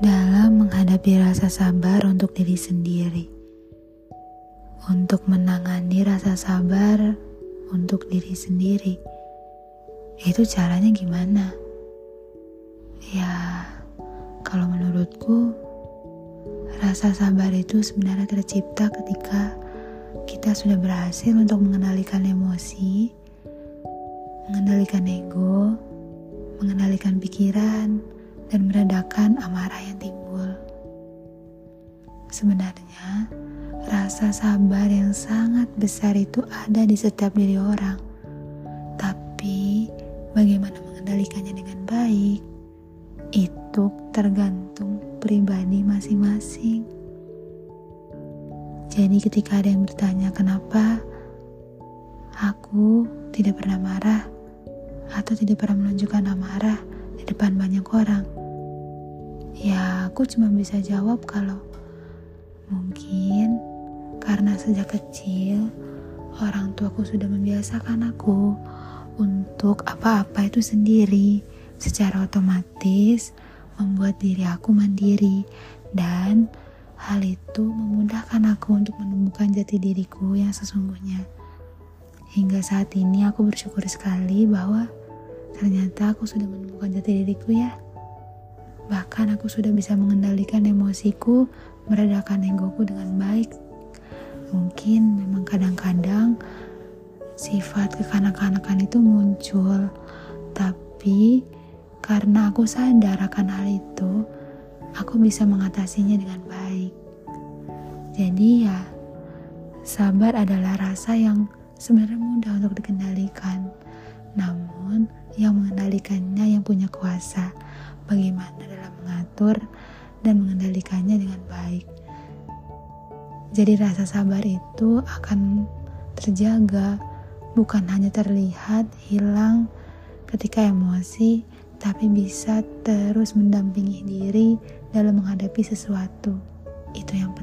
dalam menghadapi rasa sabar untuk diri sendiri. Untuk menangani rasa sabar untuk diri sendiri. Itu caranya gimana? Ya, kalau menurutku, rasa sabar itu sebenarnya tercipta ketika kita sudah berhasil untuk mengendalikan emosi, mengendalikan ego, mengendalikan pikiran, dan meredakan amarah yang timbul. Sebenarnya, rasa sabar yang sangat besar itu ada di setiap diri orang. Tapi, bagaimana mengendalikannya dengan baik, itu tergantung pribadi masing-masing. Jadi ketika ada yang bertanya kenapa aku tidak pernah marah atau tidak pernah menunjukkan amarah di depan banyak orang, ya aku cuma bisa jawab kalau mungkin karena sejak kecil orang tuaku sudah membiasakan aku untuk apa-apa itu sendiri, secara otomatis membuat diri aku mandiri, dan hal itu memudahkan aku untuk menemukan jati diriku yang sesungguhnya. Hingga saat ini aku bersyukur sekali bahwa ternyata aku sudah menemukan jati diriku ya. Bahkan aku sudah bisa mengendalikan emosiku, meredakan egoku dengan baik. Mungkin memang kadang-kadang sifat kekanak-kanakan itu muncul, tapi karena aku sadar akan hal itu, aku bisa mengatasinya dengan baik. Jadi ya, sabar adalah rasa yang sebenarnya mudah untuk dikendalikan. Namun, yang mengendalikannya yang punya kuasa. Bagaimana dalam mengatur dan mengendalikannya dengan baik. Jadi rasa sabar itu akan terjaga, bukan hanya terlihat hilang ketika emosi, tapi bisa terus mendampingi diri dalam menghadapi sesuatu. Itu yang